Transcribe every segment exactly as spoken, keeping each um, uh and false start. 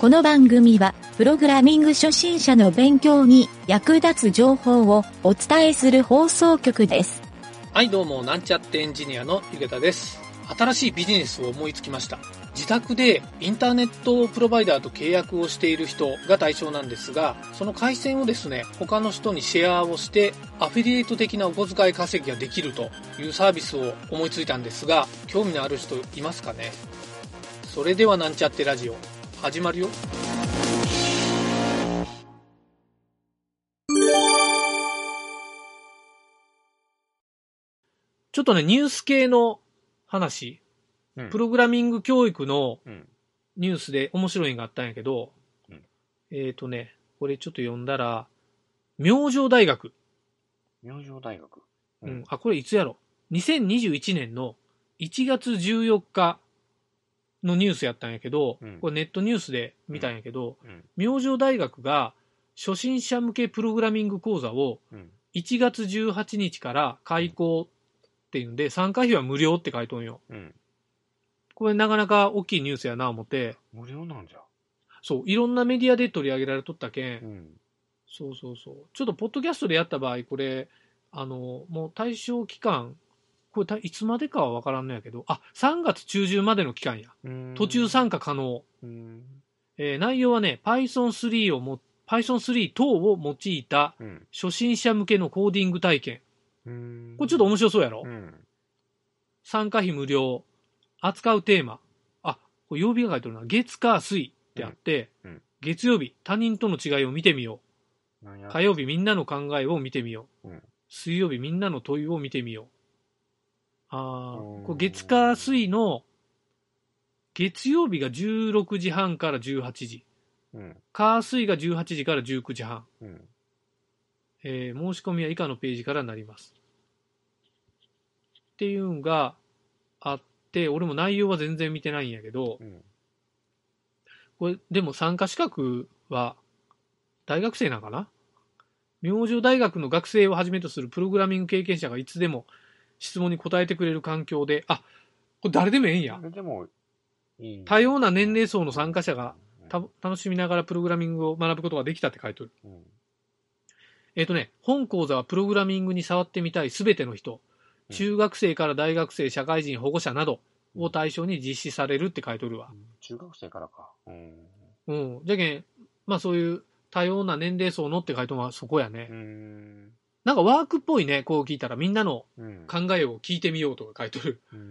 の番組は、プログラミング初心者の勉強に役立つ情報をお伝えする放送局です。 はい、どうも、なんちゃってエンジニアのゆげたです。新しいビジネスを思いつきました。自宅でインターネットプロバイダーと契約をしている人が対象なんですが、その回線をですね、他の人にシェアをして、アフィリエイト的なお小遣い稼ぎができるというサービスを思いついたんですが、興味のある人いますかね？それではなんちゃってラジオ、始まるよ。ちょっとね、ニュース系の話、うん、プログラミング教育のニュースで面白いのがあったんやけど、うん、えっ、ー、とね、これちょっと読んだら、明星大学。 明星大学、 うん、うん。あ、これいつやろ？にせんにじゅういちねんのいちがつじゅうよっかのニュースやったんやけど、うん、これネットニュースで見たんやけど、うんうん、明星大学が初心者向けプログラミング講座をいちがつじゅうはちにちから開講っていうんで、参加費は無料って書いとんよ。うん、これなかなか大きいニュースやな思って。 無料なんじゃ。 そう、いろんなメディアで取り上げられとったけん、うん、そうそうそう。ちょっとポッドキャストでやった場合、これ、あの、もう対象期間、これいつまでかは分からんのやけど、あ、さんがつちゅうじゅうまでの期間や。途中参加可能。えー、内容はね、パイソンスリー をも、パイソンスリー 等を用いた初心者向けのコーディング体験。これちょっと面白そうやろ、うん、参加費無料。扱うテーマ。あ、これ曜日が書いてるな。月火水ってあって、うんうん、月曜日、他人との違いを見てみよう。火曜日、みんなの考えを見てみよう。うん、水曜日、みんなの問いを見てみよう。あこれ月火水の月曜日がじゅうろくじはんからじゅうはちじ、うん、火水がじゅうはちじからじゅうくじはん、うんえー、申し込みは以下のページからなりますっていうのがあって、俺も内容は全然見てないんやけど、うん、これでも参加資格は大学生なんかな。明星大学の学生をはじめとするプログラミング経験者がいつでも質問に答えてくれる環境で、あ、これ誰でもええんや。 誰でもいい。 多様な年齢層の参加者がた楽しみながらプログラミングを学ぶことができたって書いてある。うん、えっ、ー、とね、本講座はプログラミングに触ってみたいすべての人、うん、中学生から大学生、社会人、保護者などを対象に実施されるって書いてあるわ。うん、 中学生からか。 うん。うん。じゃけん、まあそういう多様な年齢層のって書いてあるのはそこやね。うんなんかワークっぽいね、こう聞いたらみんなの考えを聞いてみようとか書いてある。 うん。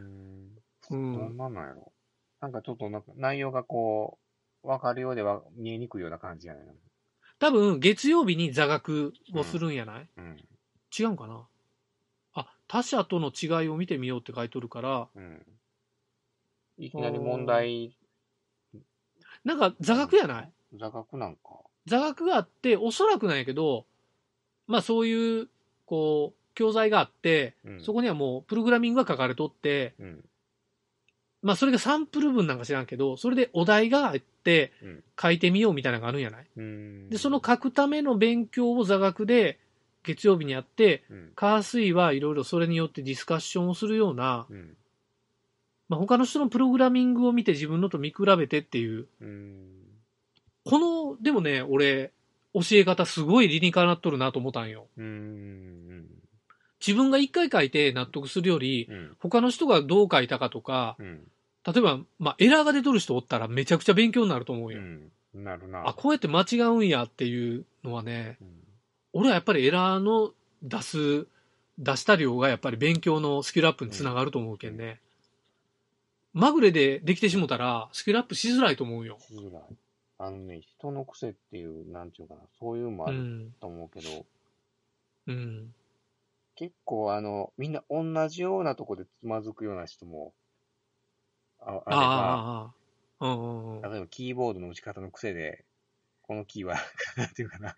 うん、どんなんなんやろ。なんかちょっとなんか内容がこう、わかるようでは見えにくいような感じやね。 多分、月曜日に座学をするんやない、うんうん、違うんかなあ、他者との違いを見てみようって書いてあるから、うん、 いきなり問題。 なんか座学やない座学なんか。 座学があって、おそらくなんやけど、まあそういう、こう、教材があって、うん、そこにはもうプログラミングが書かれとって、うん、まあそれがサンプル文なんか知らんけど、それでお題があって書いてみようみたいなのがあるんやない、うん、で、その書くための勉強を座学で月曜日にやって、うん、火水はいろいろそれによってディスカッションをするような、うん、まあ他の人のプログラミングを見て自分のと見比べてっていう、うん、この、でもね、俺、教え方すごい理にかなっとるなと思ったんよ。うーん自分が一回書いて納得するより、うん、他の人がどう書いたかとか、うん、例えば、まあ、エラーが出とる人おったらめちゃくちゃ勉強になると思うよ。うん、なるな。あ、こうやって間違うんやっていうのはね、うん、俺はやっぱりエラーの出す、出した量がやっぱり勉強のスキルアップにつながると思うけんね。うん、まぐれでできてしもたら、スキルアップしづらいと思うよ。 しづらい。あのね、人の癖っていう、なんていうかな、そういうのもあると思うけど、うん。うん、結構、あの、みんな同じようなとこでつまずくような人もああれば、ああうんうん、例えばキーボードの打ち方の癖で、このキーは、なんていうかな。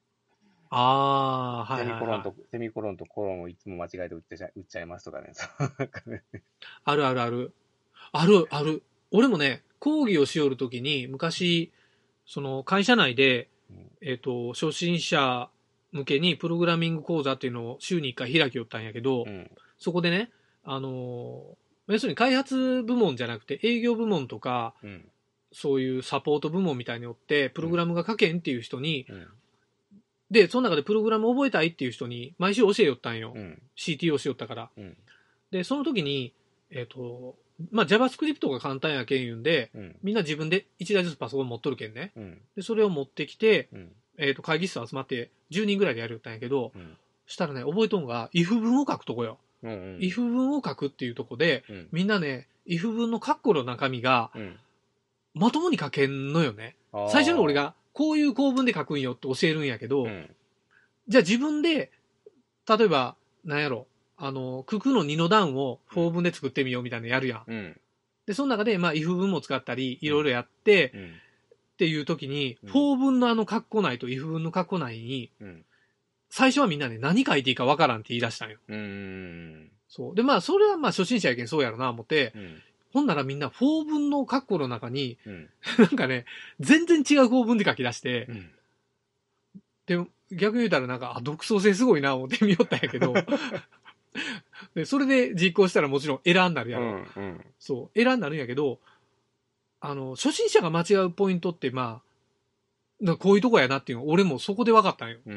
ああ、はいはい、はい。セミコロンと、セミコロンとコロンをいつも間違えて打っちゃ打っちゃいますとかね。 あるあるある。あるある。俺もね、講義をしよるときに、昔、その会社内で、えっと、初心者向けにプログラミング講座っていうのを週にいっかい開きよったんやけど、うん、そこでね、あの、要するに開発部門じゃなくて営業部門とか、うん、 そういうサポート部門みたいによって、プログラムが書けんっていう人に、 うん、 で、その中でプログラム覚えたいっていう人に、毎週教えよったんよ。うん、シーティーオー しよったから。うん、で、その時に、えっ、ー、と、まあ、JavaScript が簡単やけん言うんで、うん、みんな自分でいちだいずつパソコン持っとるけんね。うん、で、それを持ってきて、うん、えっ、ー、と、会議室集まってじゅうにんぐらいでやるよったんやけど、うん、したらね、覚えとんが、if 文を書くとこよ。うんうん、if 文を書くっていうとこで、うん、みんなね、if 文のカッコの中身が、うん、まともに書けんのよね。最初に俺が、こういう構文で書くんよって教えるんやけど、うん、じゃあ自分で、例えば、なんやろ、あの、九九の二の段をフォー文で作ってみようみたいなのやるやん。うん、で、その中で、まあ、if 文も使ったり、いろいろやって、うん、っていう時に、うん、フォー文のあのカッコ内と if 文のカッコ内に、うん、最初はみんなね、何書いていいかわからんって言い出したんよ。うん、そう。で、まあ、それはまあ、初心者やけんそうやろな、思って、うん、ほんならみんな、フォー文のカッコの中に、うん、なんかね、全然違うフォー文で書き出して、うん、で、逆に言うたらなんか、あ、独創性すごいな、思ってみよったんやけど、で、それで実行したらもちろんエラーになるやろ。うんうん、そう、エラーになるんやけど、あの、初心者が間違うポイントって、まあ、こういうとこやなっていうの俺もそこで分かったんよ。うん、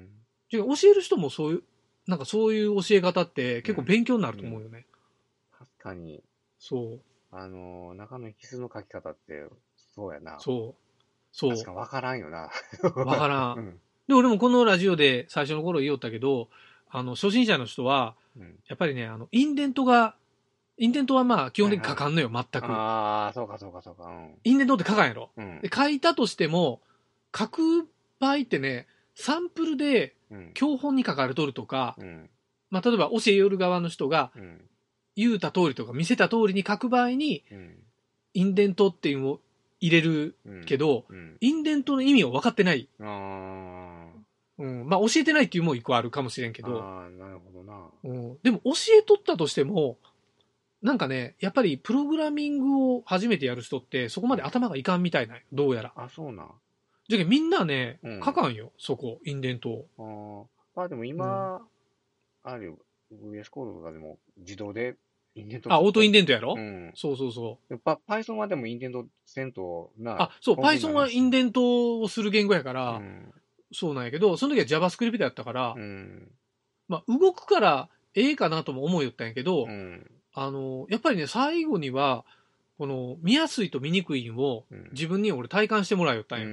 教える人もそういう、なんかそういう教え方って結構勉強になると思うよね。 うんうん、確かに。 そう。 あの、中の筆の書き方って、そうやな。 そう。そう。 確か分からんよな。 分からん。うん、で、俺もこのラジオで最初の頃言おったけど、あの、初心者の人は、うん、やっぱりね、あの、インデントが、インデントはまあ、基本的に書かんのよ、はいはい、全く。 ああ、そうかそうかそうか。うん、 インデントって書かんやろ。うん、で書いたとしても、書く場合ってね、サンプルで、教本に書かれとるとか、うん、まあ、例えば教えよる側の人が、言うた通りとか見せた通りに書く場合に、うん、インデントっていうのを入れるけど、うんうん、インデントの意味を分かってない。あうん、まあ教えてないっていうのも一個あるかもしれんけど。 ああ、なるほどな、 うん。でも教えとったとしても、なんかね、やっぱりプログラミングを初めてやる人ってそこまで頭がいかんみたいな、どうやら。 あ、そうな。 じゃけみんなね、うん、書かんよ、そこ、インデントを。ああ。まあでも今、うん、あるよ、ブイエス コードとかでも自動でインデント。 あ、オートインデントやろ、うん、そうそうそう。 パ Python はでもインデントせんとな。 あ、そう、Python はインデントをする言語やから、うん、そうなんやけど、その時は JavaScript やったから、うん、まあ動くからええかなとも思いよったんやけど、うん、あの、やっぱりね、最後には、この見やすいと見にくいを自分に俺体感してもらいよったんや。うん、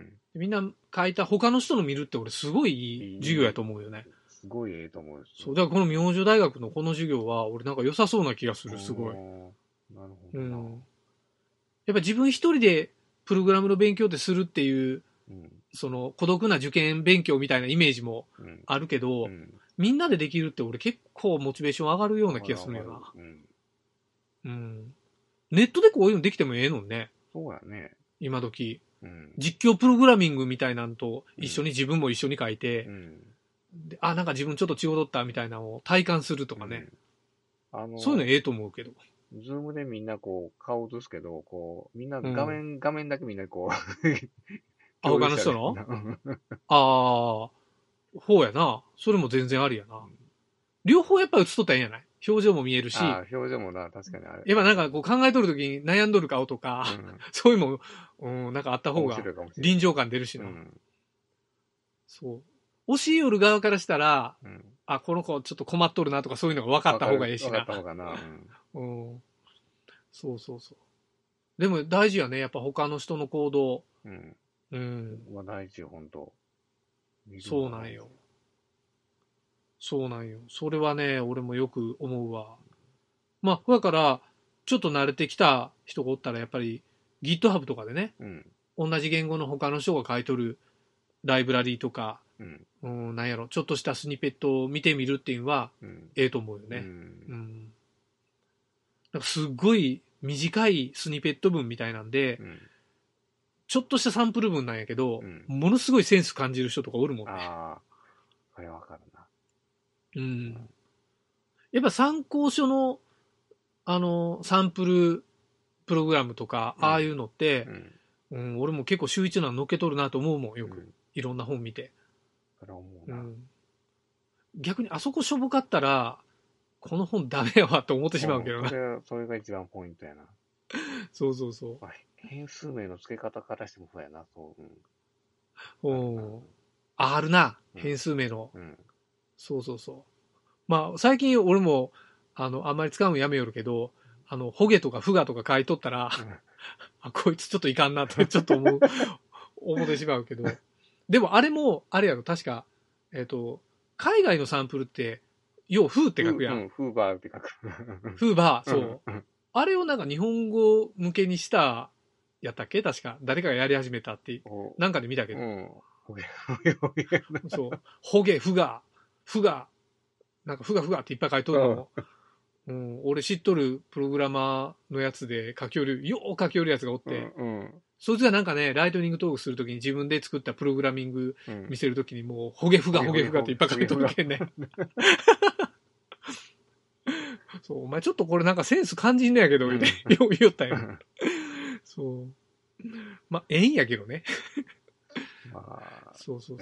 みんな書いた他の人の見るって俺すごいいい授業やと思うよね。 すごいええと思う。 そう、だからこの明星大学のこの授業は俺なんか良さそうな気がする、すごい。なるほどな。うん。 やっぱ自分一人でプログラムの勉強ってするっていう、うん、その孤独な受験勉強みたいなイメージもあるけど、うんうん、みんなでできるって俺結構モチベーション上がるような気がするよな。うん。うん。ネットでこういうのできてもええのね。 そうやね。 今時。うん、実況プログラミングみたいなのと一緒に自分も一緒に書いて、うん、であ、なんか自分ちょっと違うとったみたいなのを体感するとかね。うん、あのー、そういうのええと思うけど。 ズームでみんなこう顔映すけど、こう、みんな画面、うん、画面だけみんなこうあ、他の人のああ、ほうやな。それも全然ありやな。うん、両方やっぱ映っとったらええんやない？表情も見えるし。ああ、表情もな、確かにあれ。 やっぱなんかこう考えとるときに悩んどる顔とか、うん、そういうのも、うん、なんかあった方が臨場感出るしな。うん、そう。教えよる側からしたら、うん、あ、この子ちょっと困っとるなとかそういうのが分かった方がええしな。 分かった方がな。 うん、うん。そうそうそう。でも大事やね。やっぱ他の人の行動。うん。うん。 まあ大事よ、本当。 そうなんよ。そうなんよ。それはね、俺もよく思うわ。まあ、だから、ちょっと慣れてきた人がおったら、やっぱり GitHub とかでね、うん、同じ言語の他の人が書いとるライブラリーとか、うんうん、なんやろ、ちょっとしたスニペットを見てみるっていうのは、うん、ええと思うよね。うんうん、なんかすっごい短いスニペット文みたいなんで、うん、ちょっとしたサンプル文なんやけど、うん、ものすごいセンス感じる人とかおるもんね。 ああ、それわかるな。 うん。やっぱ参考書の、あの、サンプルプログラムとか、ああいうのって、うん、うん、俺も結構週一なの乗っけとるなと思うもん、よく。うん、いろんな本見て。 それは思うな。うん、 逆にあそこしょぼかったら、この本ダメやわと思ってしまうけどな。 それ、それが一番ポイントやな。 そうそうそう。はい。 変数名の付け方からしてもそうやな、そう。うん、 おあ、あるな、変数名の、うんうん。そうそうそう。まあ、最近俺も、あの、あんまり使うのやめよるけど、あの、ホゲとかフガとか書いとったら、うん、あ、こいつちょっといかんなってちょっと思う、思ってしまうけど。でもあれも、あれやろ、確か、えっ、ー、と、海外のサンプルって、要はフーって書くやん。 うん、フーバーって書く。 フーバー、そう。あれをなんか日本語向けにした、やったっけ確か。誰かがやり始めたって、なんかで見たけど。うん、 ホゲ、ホゲ、ホゲ。 そう。ホゲ、フガ、フガ、なんかフガフガっていっぱい書いとるの。うん、俺知っとるプログラマーのやつで書き寄る、よう書き寄るやつがおって、うんうん、そいつがなんかね、ライトニングトークするときに自分で作ったプログラミング見せるときにもう、ホゲフガホゲフガっていっぱい書いとるけんね。そう、お前ちょっとこれなんかセンス感じんねやけど、言うて、よう言おったよ。そう。まあ、ええんやけどね。まあ、そうそうそう。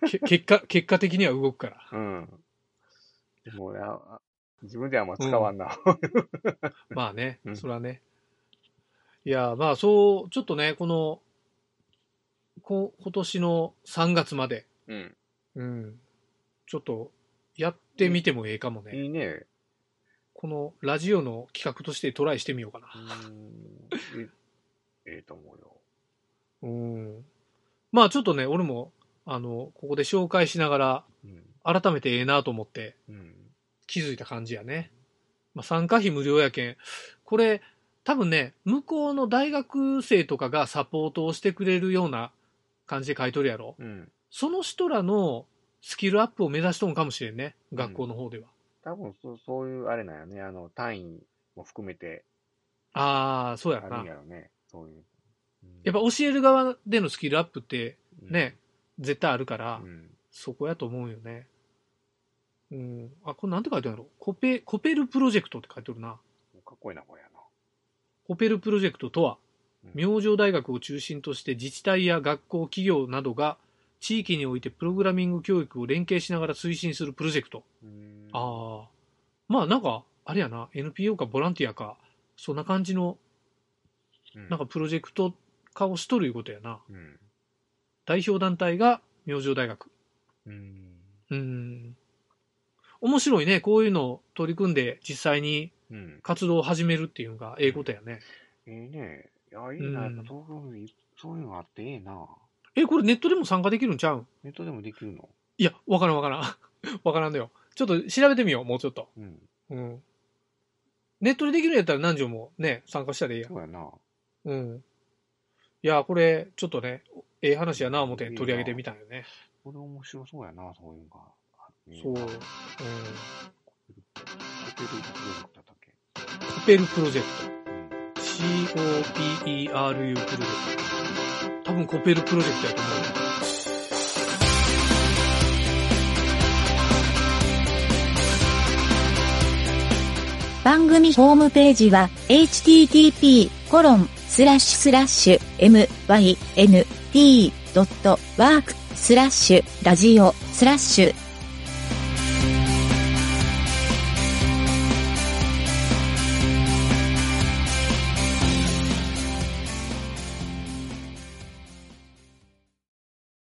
け結果、結果的には動くから。うん。 でもや、自分ではあんま使わんな。 うん、まあね、それはね。いや、まあそう、ちょっとね、この、こ今年のさんがつまで、うん。うん。ちょっと、やってみてもええかもね。 いいね。 このラジオの企画としてトライしてみようかな。うん。 ええと思うよ。 うん。まあちょっとね、俺も、あの、ここで紹介しながら、うん、改めてええなと思って、うん気づいた感じやね。まあ、参加費無料やけん。これ、多分ね、向こうの大学生とかがサポートをしてくれるような感じで書いとるやろ。うん、その人らのスキルアップを目指しとんかもしれんね。学校の方では。 うん、多分そ、そういうあれなんやね。あの、単位も含めて。 ああ、そうやな。 あるんやろね。そういう。 うん、やっぱ教える側でのスキルアップってね、うん、絶対あるから、うん、そこやと思うよね。うん。あ、これなんて書いてあるのコペ、コペルプロジェクトって書いてあるな。 かっこいいな、これやな。 コペルプロジェクトとは、明星大学を中心として自治体や学校、企業などが地域においてプログラミング教育を連携しながら推進するプロジェクト。ああ。まあなんか、あれやな、エヌピーオー かボランティアか、そんな感じの、なんかプロジェクト化をしとるいうことやな。うん、代表団体が明星大学。うん。うん面白いね。こういうのを取り組んで実際に活動を始めるっていうのがええことやね。 ええね。いや、いいな。やっぱそういうそういうのあってええな。 え、これネットでも参加できるんちゃうんネットでもできるのいや、わからんわからん。わからんのよ。ちょっと調べてみよう、もうちょっと。うん。うん。ネットでできるんやったら何時もね、参加したらええやん。 そうやな。 うん。いや、これ、ちょっとね、ええ話やな、思って取り上げてみたんよね。 これ面白そうやな、そういうのが。 そう。うん。 コペルプロジェクト。 コペルプロジェクト。シーオーピーイーアールユー プロジェクト。多分コペルプロジェクトやと思う。 番組ホームページは エイチティーティーピーコロンスラッシュスラッシュエムワイエヌティードットワークスラッシュラジオスラッシュ